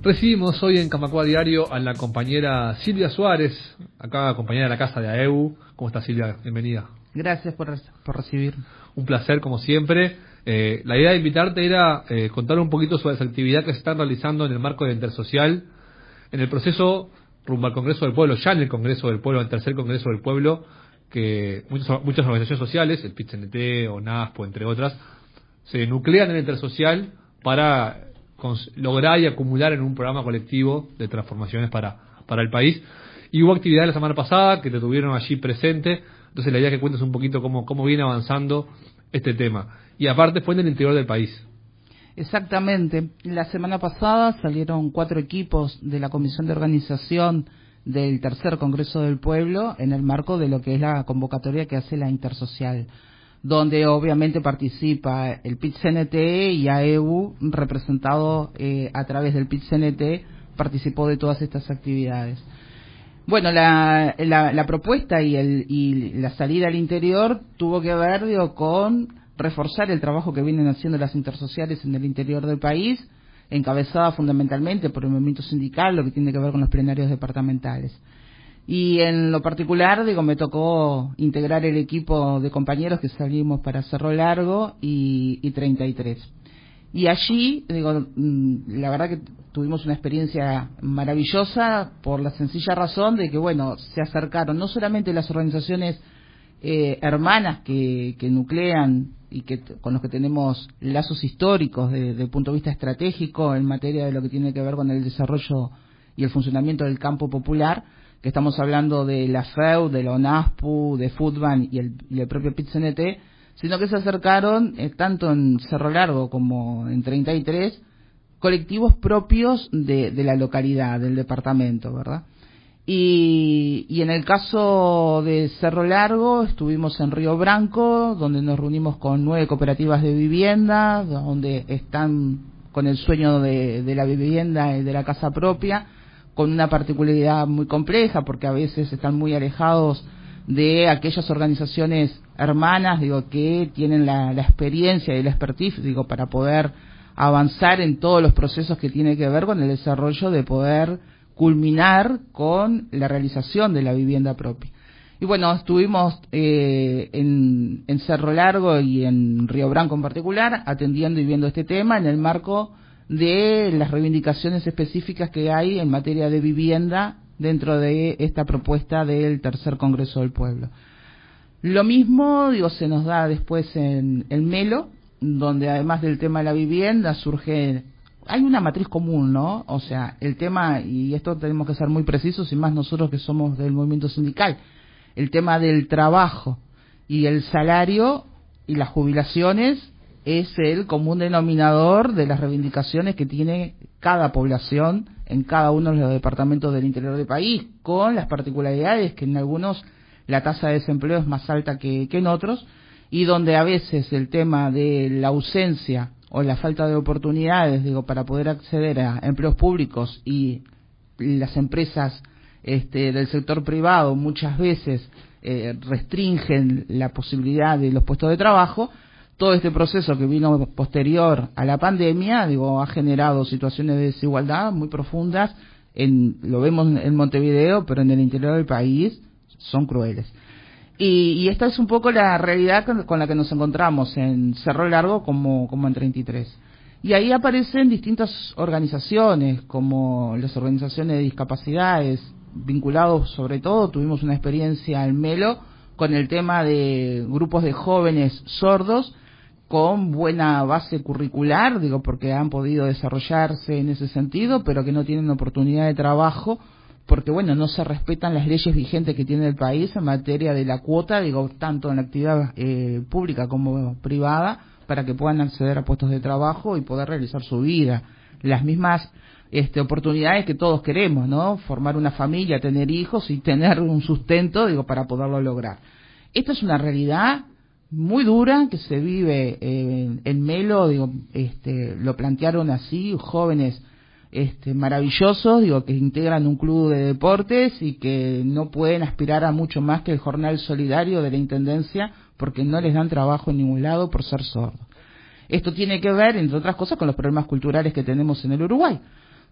Recibimos hoy en Camacuá Diario a la compañera Silvia Suárez, acá compañera de la casa de AEU. ¿Cómo está, Silvia? Bienvenida. Gracias por recibirme. Un placer, como siempre. La idea de invitarte era contar un poquito sobre las actividades que se están realizando en el marco de Intersocial, en el proceso rumbo al Congreso del Pueblo, ya en el Congreso del Pueblo, el tercer Congreso del Pueblo, que muchas organizaciones sociales, el PIT-CNT, ONASPO, entre otras, se nuclean en el Intersocial para lograr y acumular en un programa colectivo de transformaciones para el país. Y hubo actividades la semana pasada que te tuvieron allí presente, entonces la idea es que cuentes un poquito cómo viene avanzando este tema. Y aparte fue en el interior del país. Exactamente. La semana pasada salieron 4 equipos de la Comisión de Organización del tercer Congreso del Pueblo en el marco de lo que es la convocatoria que hace la Intersocial, donde obviamente participa el PIT-CNT y AEU, representado a través del PIT-CNT, participó de todas estas actividades. Bueno, la propuesta y la salida al interior tuvo que ver, con reforzar el trabajo que vienen haciendo las intersociales en el interior del país, encabezada fundamentalmente por el movimiento sindical, lo que tiene que ver con los plenarios departamentales. Y en lo particular, me tocó integrar el equipo de compañeros que salimos para Cerro Largo y 33. Y allí, la verdad que tuvimos una experiencia maravillosa por la sencilla razón de que, se acercaron no solamente las organizaciones hermanas que nuclean y con los que tenemos lazos históricos desde el punto de vista estratégico en materia de lo que tiene que ver con el desarrollo y el funcionamiento del campo popular, que estamos hablando de la FEU, de la ONASPU, de FUTBAN y el propio PIT-CNT, sino que se acercaron tanto en Cerro Largo como en 33 colectivos propios de la localidad, del departamento, ¿verdad? Y en el caso de Cerro Largo estuvimos en Río Branco, donde nos reunimos con 9 cooperativas de vivienda, donde están con el sueño de la vivienda y de la casa propia, con una particularidad muy compleja, porque a veces están muy alejados de aquellas organizaciones hermanas, que tienen la experiencia y la expertise, para poder avanzar en todos los procesos que tiene que ver con el desarrollo de poder culminar con la realización de la vivienda propia. Y estuvimos en Cerro Largo y en Río Branco en particular, atendiendo y viendo este tema en el marco de las reivindicaciones específicas que hay en materia de vivienda dentro de esta propuesta del tercer Congreso del Pueblo. Lo mismo, se nos da después en el Melo, donde además del tema de la vivienda hay una matriz común, ¿no? O sea, el tema, y esto tenemos que ser muy precisos, y más nosotros que somos del movimiento sindical, el tema del trabajo y el salario y las jubilaciones es el común denominador de las reivindicaciones que tiene cada población en cada uno de los departamentos del interior del país, con las particularidades que en algunos la tasa de desempleo es más alta que en otros, y donde a veces el tema de la ausencia o la falta de oportunidades, para poder acceder a empleos públicos, y las empresas del sector privado muchas veces restringen la posibilidad de los puestos de trabajo. Todo este proceso que vino posterior a la pandemia, ha generado situaciones de desigualdad muy profundas, lo vemos en Montevideo, pero en el interior del país son crueles. Y esta es un poco la realidad con la que nos encontramos en Cerro Largo como en 33. Y ahí aparecen distintas organizaciones, como las organizaciones de discapacidades, vinculados sobre todo, tuvimos una experiencia en Melo con el tema de grupos de jóvenes sordos, con buena base curricular, porque han podido desarrollarse en ese sentido, pero que no tienen oportunidad de trabajo, porque no se respetan las leyes vigentes que tiene el país en materia de la cuota, tanto en la actividad pública como privada, para que puedan acceder a puestos de trabajo y poder realizar su vida. Las mismas oportunidades que todos queremos, ¿no? Formar una familia, tener hijos y tener un sustento, para poderlo lograr. Esta es una realidad muy dura que se vive en Melo, lo plantearon así, jóvenes maravillosos, que integran un club de deportes y que no pueden aspirar a mucho más que el jornal solidario de la Intendencia, porque no les dan trabajo en ningún lado por ser sordos. Esto tiene que ver, entre otras cosas, con los problemas culturales que tenemos en el Uruguay,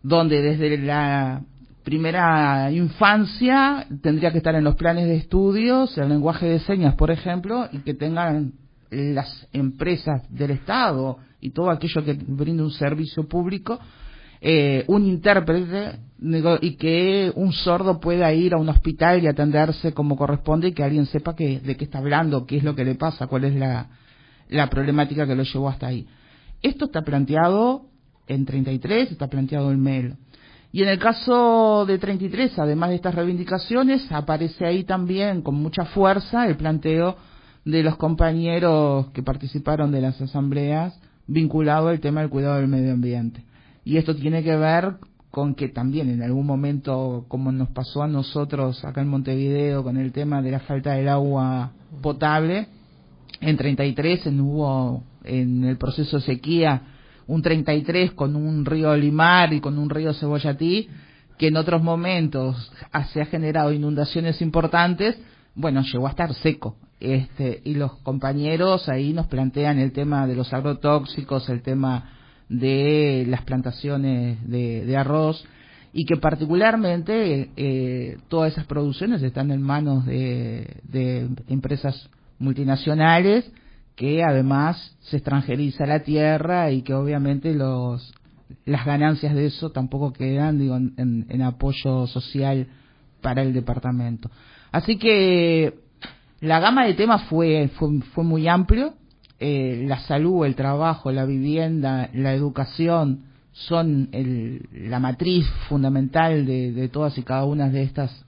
donde desde la primera infancia tendría que estar en los planes de estudios el lenguaje de señas, por ejemplo, y que tengan las empresas del Estado y todo aquello que brinde un servicio público, un intérprete, y que un sordo pueda ir a un hospital y atenderse como corresponde, y que alguien sepa de qué está hablando, qué es lo que le pasa, cuál es la problemática que lo llevó hasta ahí. Esto está planteado en 33, está planteado en Melo. Y en el caso de 33, además de estas reivindicaciones, aparece ahí también con mucha fuerza el planteo de los compañeros que participaron de las asambleas vinculado al tema del cuidado del medio ambiente. Y esto tiene que ver con que también en algún momento, como nos pasó a nosotros acá en Montevideo con el tema de la falta del agua potable, en 33 hubo en el proceso de sequía un 33 con un río Limar y con un río Cebollatí, que en otros momentos se ha generado inundaciones importantes, bueno, llegó a estar seco. Y los compañeros ahí nos plantean el tema de los agrotóxicos, el tema de las plantaciones de arroz, y que particularmente todas esas producciones están en manos de empresas multinacionales, que además se extranjeriza la tierra y que obviamente las ganancias de eso tampoco quedan, digo, en apoyo social para el departamento. Así que la gama de temas fue muy amplio. La salud, el trabajo, la vivienda, la educación son la matriz fundamental de todas y cada una de estas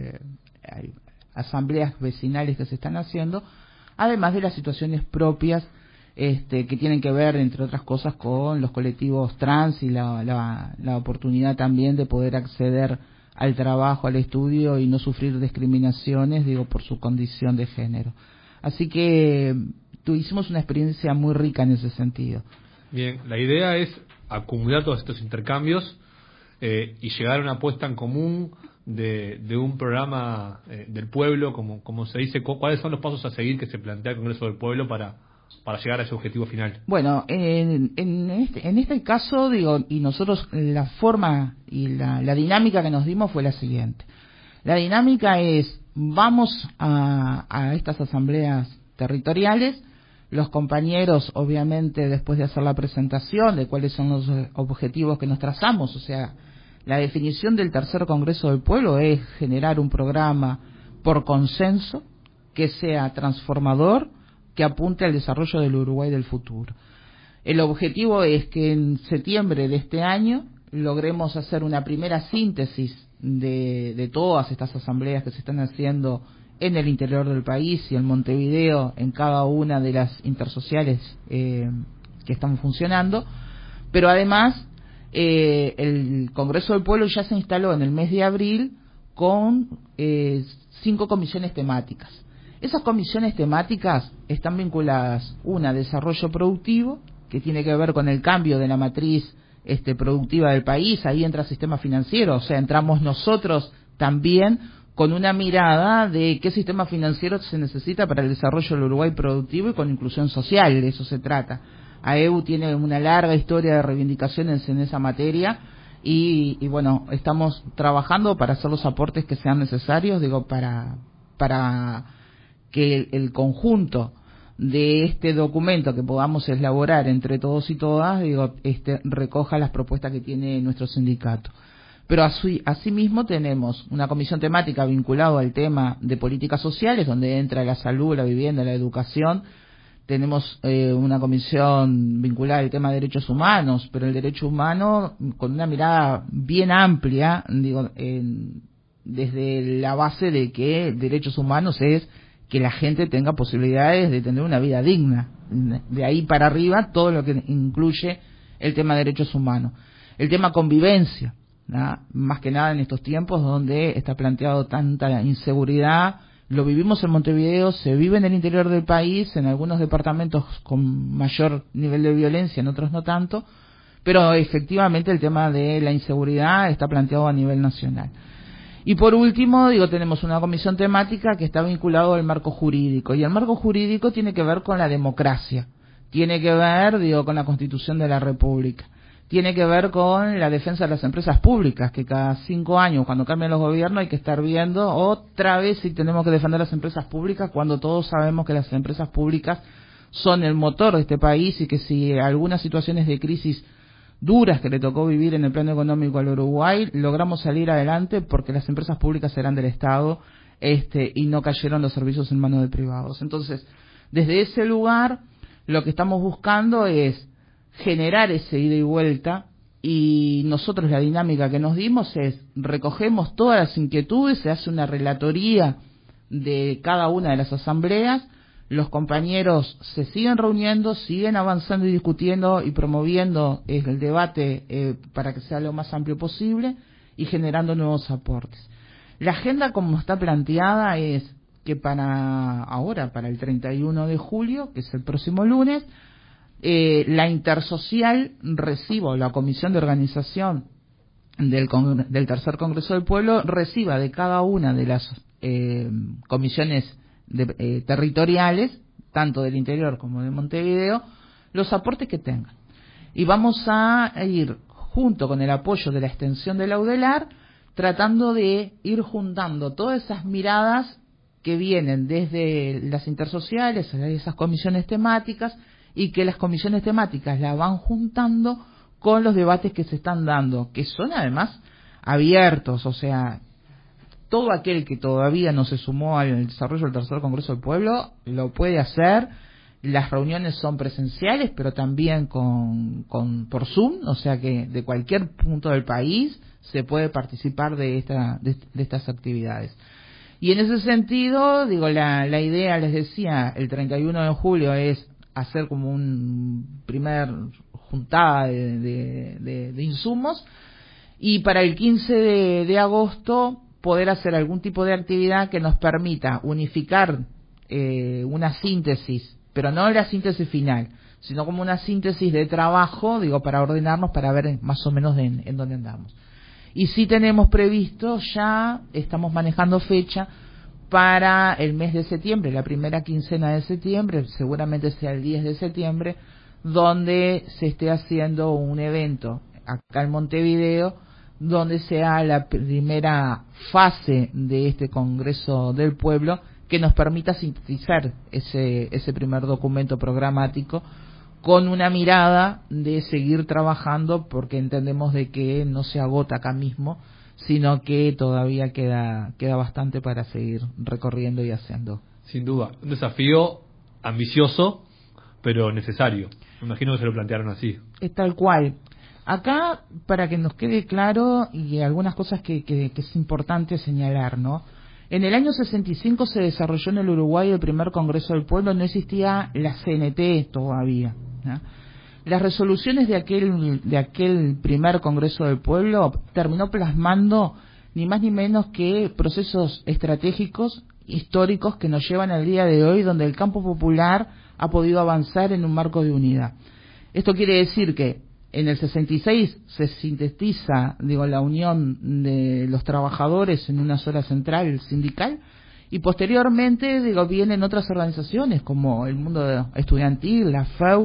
asambleas vecinales que se están haciendo, además de las situaciones propias que tienen que ver, entre otras cosas, con los colectivos trans y la oportunidad también de poder acceder al trabajo, al estudio y no sufrir discriminaciones, digo, por su condición de género. Así que hicimos una experiencia muy rica en ese sentido. Bien, la idea es acumular todos estos intercambios y llegar a una apuesta en común de un programa del pueblo, como se dice. ¿Cuáles son los pasos a seguir que se plantea el Congreso del Pueblo para llegar a ese objetivo final? Bueno, en este caso, digo, y nosotros la forma y la dinámica que nos dimos fue la siguiente. La dinámica es, vamos a estas asambleas territoriales, los compañeros, obviamente, después de hacer la presentación de cuáles son los objetivos que nos trazamos, o sea, la definición del tercer Congreso del Pueblo es generar un programa por consenso que sea transformador, que apunte al desarrollo del Uruguay del futuro. El objetivo es que en septiembre de este año logremos hacer una primera síntesis de todas estas asambleas que se están haciendo en el interior del país y en Montevideo, en cada una de las intersociales que están funcionando, pero además el Congreso del Pueblo ya se instaló en el mes de abril con 5 comisiones temáticas. Esas comisiones temáticas están vinculadas, una, a desarrollo productivo, que tiene que ver con el cambio de la matriz productiva del país. Ahí entra el sistema financiero, o sea, entramos nosotros también con una mirada de qué sistema financiero se necesita para el desarrollo del Uruguay productivo y con inclusión social, de eso se trata. AEU tiene una larga historia de reivindicaciones en esa materia y bueno, estamos trabajando para hacer los aportes que sean necesarios, digo, para que el conjunto de este documento que podamos elaborar entre todos y todas, digo, recoja las propuestas que tiene nuestro sindicato. Pero asimismo tenemos una comisión temática vinculada al tema de políticas sociales, donde entra la salud, la vivienda, la educación. Tenemos una comisión vinculada al tema de derechos humanos, pero el derecho humano con una mirada bien amplia, digo, desde la base de que derechos humanos es que la gente tenga posibilidades de tener una vida digna. De ahí para arriba, todo lo que incluye el tema de derechos humanos. El tema convivencia, ¿no? Más que nada en estos tiempos donde está planteado tanta inseguridad. Lo vivimos en Montevideo, se vive en el interior del país, en algunos departamentos con mayor nivel de violencia, en otros no tanto, pero efectivamente el tema de la inseguridad está planteado a nivel nacional. Y por último, digo, tenemos una comisión temática que está vinculado al marco jurídico, y el marco jurídico tiene que ver con la democracia, tiene que ver, digo, con la Constitución de la República. tiene que ver con la defensa de las empresas públicas, que cada 5 años, cuando cambian los gobiernos, hay que estar viendo otra vez si tenemos que defender las empresas públicas, cuando todos sabemos que las empresas públicas son el motor de este país y que si algunas situaciones de crisis duras que le tocó vivir en el plano económico al Uruguay, logramos salir adelante porque las empresas públicas eran del Estado y no cayeron los servicios en manos de privados. Entonces, desde ese lugar, lo que estamos buscando es generar ese ida y vuelta, y nosotros la dinámica que nos dimos es recogemos todas las inquietudes, se hace una relatoría de cada una de las asambleas, los compañeros se siguen reuniendo, siguen avanzando y discutiendo y promoviendo el debate para que sea lo más amplio posible y generando nuevos aportes. La agenda como está planteada es que para el 31 de julio, que es el próximo lunes, la Intersocial reciba, la Comisión de Organización del Tercer Congreso del Pueblo, reciba de cada una de las comisiones territoriales, tanto del interior como de Montevideo, los aportes que tengan. Y vamos a ir, junto con el apoyo de la extensión de la UDELAR, tratando de ir juntando todas esas miradas que vienen desde las intersociales, esas comisiones temáticas, y que las comisiones temáticas la van juntando con los debates que se están dando, que son además abiertos, o sea, todo aquel que todavía no se sumó al desarrollo del Tercer Congreso del Pueblo lo puede hacer. Las reuniones son presenciales, pero también por Zoom, o sea que de cualquier punto del país se puede participar de estas actividades. Y en ese sentido, digo, la idea, les decía, el 31 de julio es hacer como un primer juntada de insumos, y para el 15 de agosto poder hacer algún tipo de actividad que nos permita unificar una síntesis, pero no la síntesis final, sino como una síntesis de trabajo, digo, para ordenarnos, para ver más o menos en dónde andamos. Y sí tenemos previsto, ya estamos manejando fecha para el mes de septiembre, la primera quincena de septiembre, seguramente sea el 10 de septiembre, donde se esté haciendo un evento acá en Montevideo, donde sea la primera fase de este Congreso del Pueblo, que nos permita sintetizar ese primer documento programático con una mirada de seguir trabajando, porque entendemos de que no se agota acá mismo, sino que todavía queda bastante para seguir recorriendo y haciendo. Sin duda, un desafío ambicioso, pero necesario. Me imagino que se lo plantearon así. Es tal cual. Acá, para que nos quede claro, y algunas cosas que es importante señalar, ¿no? En el año 65 se desarrolló en el Uruguay el primer Congreso del Pueblo, no existía la CNT todavía, ¿no? Las resoluciones de aquel primer Congreso del Pueblo terminó plasmando ni más ni menos que procesos estratégicos, históricos, que nos llevan al día de hoy, donde el campo popular ha podido avanzar en un marco de unidad. Esto quiere decir que en el 66 se sintetiza, digo, la unión de los trabajadores en una sola central sindical, y posteriormente, digo, vienen otras organizaciones como el mundo estudiantil, la FEU,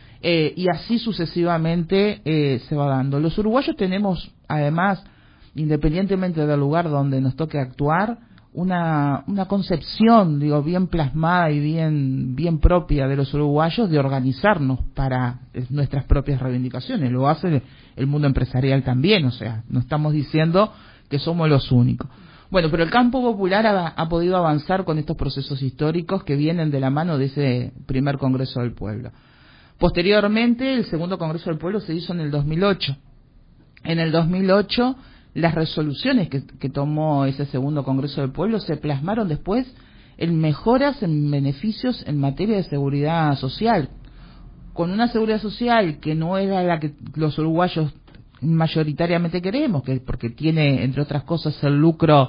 y así sucesivamente se va dando. Los uruguayos tenemos, además, independientemente del lugar donde nos toque actuar, una concepción, digo, bien plasmada y bien propia de los uruguayos, de organizarnos para nuestras propias reivindicaciones. Lo hace el mundo empresarial también, o sea, no estamos diciendo que somos los únicos. Bueno, pero el campo popular ha podido avanzar con estos procesos históricos que vienen de la mano de ese primer Congreso del Pueblo. Posteriormente, el segundo Congreso del Pueblo se hizo en el 2008. En el 2008, las resoluciones que tomó ese segundo Congreso del Pueblo se plasmaron después en mejoras, en beneficios en materia de seguridad social, con una seguridad social que no era la que los uruguayos mayoritariamente queremos, porque tiene, entre otras cosas, el lucro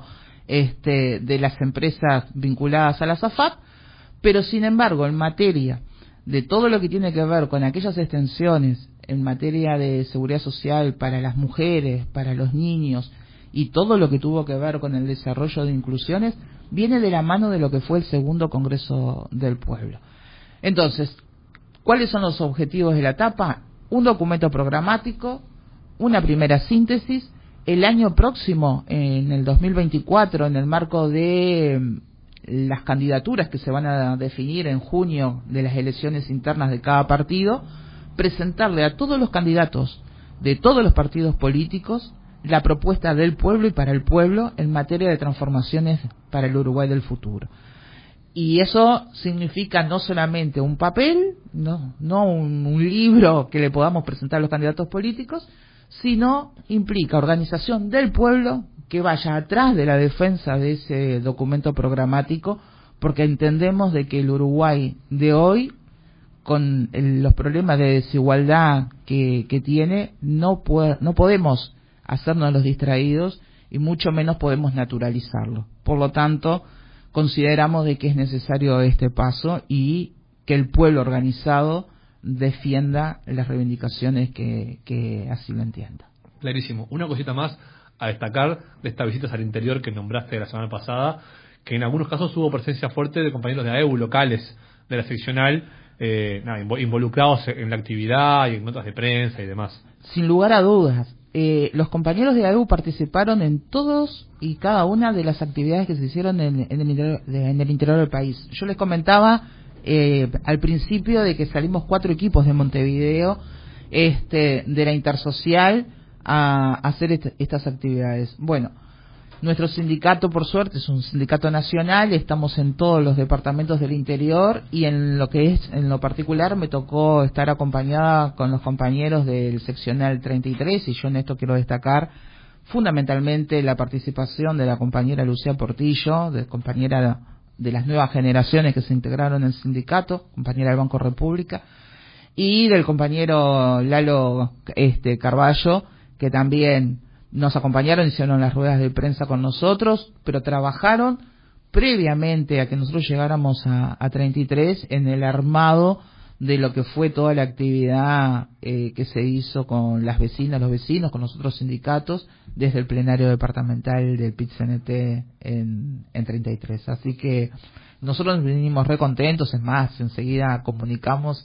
de las empresas vinculadas a la SAFAP, pero sin embargo, en materia de todo lo que tiene que ver con aquellas extensiones en materia de seguridad social para las mujeres, para los niños, y todo lo que tuvo que ver con el desarrollo de inclusiones, viene de la mano de lo que fue el segundo Congreso del Pueblo. Entonces, ¿cuáles son los objetivos de la etapa? un documento programático, una primera síntesis. El año próximo, en el 2024, en el marco de las candidaturas que se van a definir en junio de las elecciones internas de cada partido, presentarle a todos los candidatos de todos los partidos políticos la propuesta del pueblo y para el pueblo en materia de transformaciones para el Uruguay del futuro. Y eso significa no solamente un papel, no un libro que le podamos presentar a los candidatos políticos, sino implica organización del pueblo que vaya atrás de la defensa de ese documento programático, porque entendemos de que el Uruguay de hoy, con los problemas de desigualdad que tiene, no podemos hacernos los distraídos y mucho menos podemos naturalizarlo. Por lo tanto, consideramos de que es necesario este paso y que el pueblo organizado defienda las reivindicaciones que así lo entienda. Clarísimo. Una cosita más a destacar de estas visitas al interior que nombraste la semana pasada, que en algunos casos hubo presencia fuerte de compañeros de AEU locales de la seccional, involucrados en la actividad y en notas de prensa y demás. Sin lugar a dudas, los compañeros de AEU participaron en todos y cada una de las actividades que se hicieron en el interior del país. Yo les comentaba al principio de que salimos 4 equipos de Montevideo de la Intersocial a hacer estas actividades. Bueno, nuestro sindicato, por suerte, es un sindicato nacional, estamos en todos los departamentos del interior y en lo particular me tocó estar acompañada con los compañeros del seccional 33 y yo en esto quiero destacar fundamentalmente la participación de la compañera Lucía Portillo, compañera de las nuevas generaciones que se integraron en el sindicato, compañera del Banco República, y del compañero Lalo Carballo, que también nos acompañaron, hicieron las ruedas de prensa con nosotros, pero trabajaron previamente a que nosotros llegáramos a 33 en el armado de lo que fue toda la actividad que se hizo con las vecinas, los vecinos, con los otros sindicatos, desde el plenario departamental del PIT-CNT en 33. Así que nosotros venimos re contentos, es más, enseguida comunicamos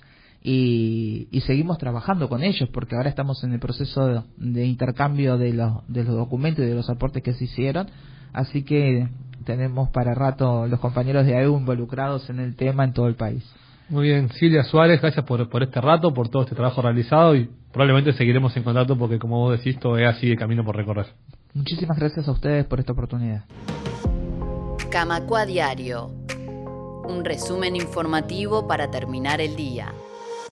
y seguimos trabajando con ellos, porque ahora estamos en el proceso de intercambio de los documentos y de los aportes que se hicieron, así que tenemos para rato los compañeros de AEU involucrados en el tema en todo el país. Muy bien, Silvia Suárez, gracias por este rato, por todo este trabajo realizado y probablemente seguiremos en contacto porque, como vos decís, todo es así de camino por recorrer. Muchísimas gracias a ustedes por esta oportunidad. Camacua Diario, un resumen informativo para terminar el día.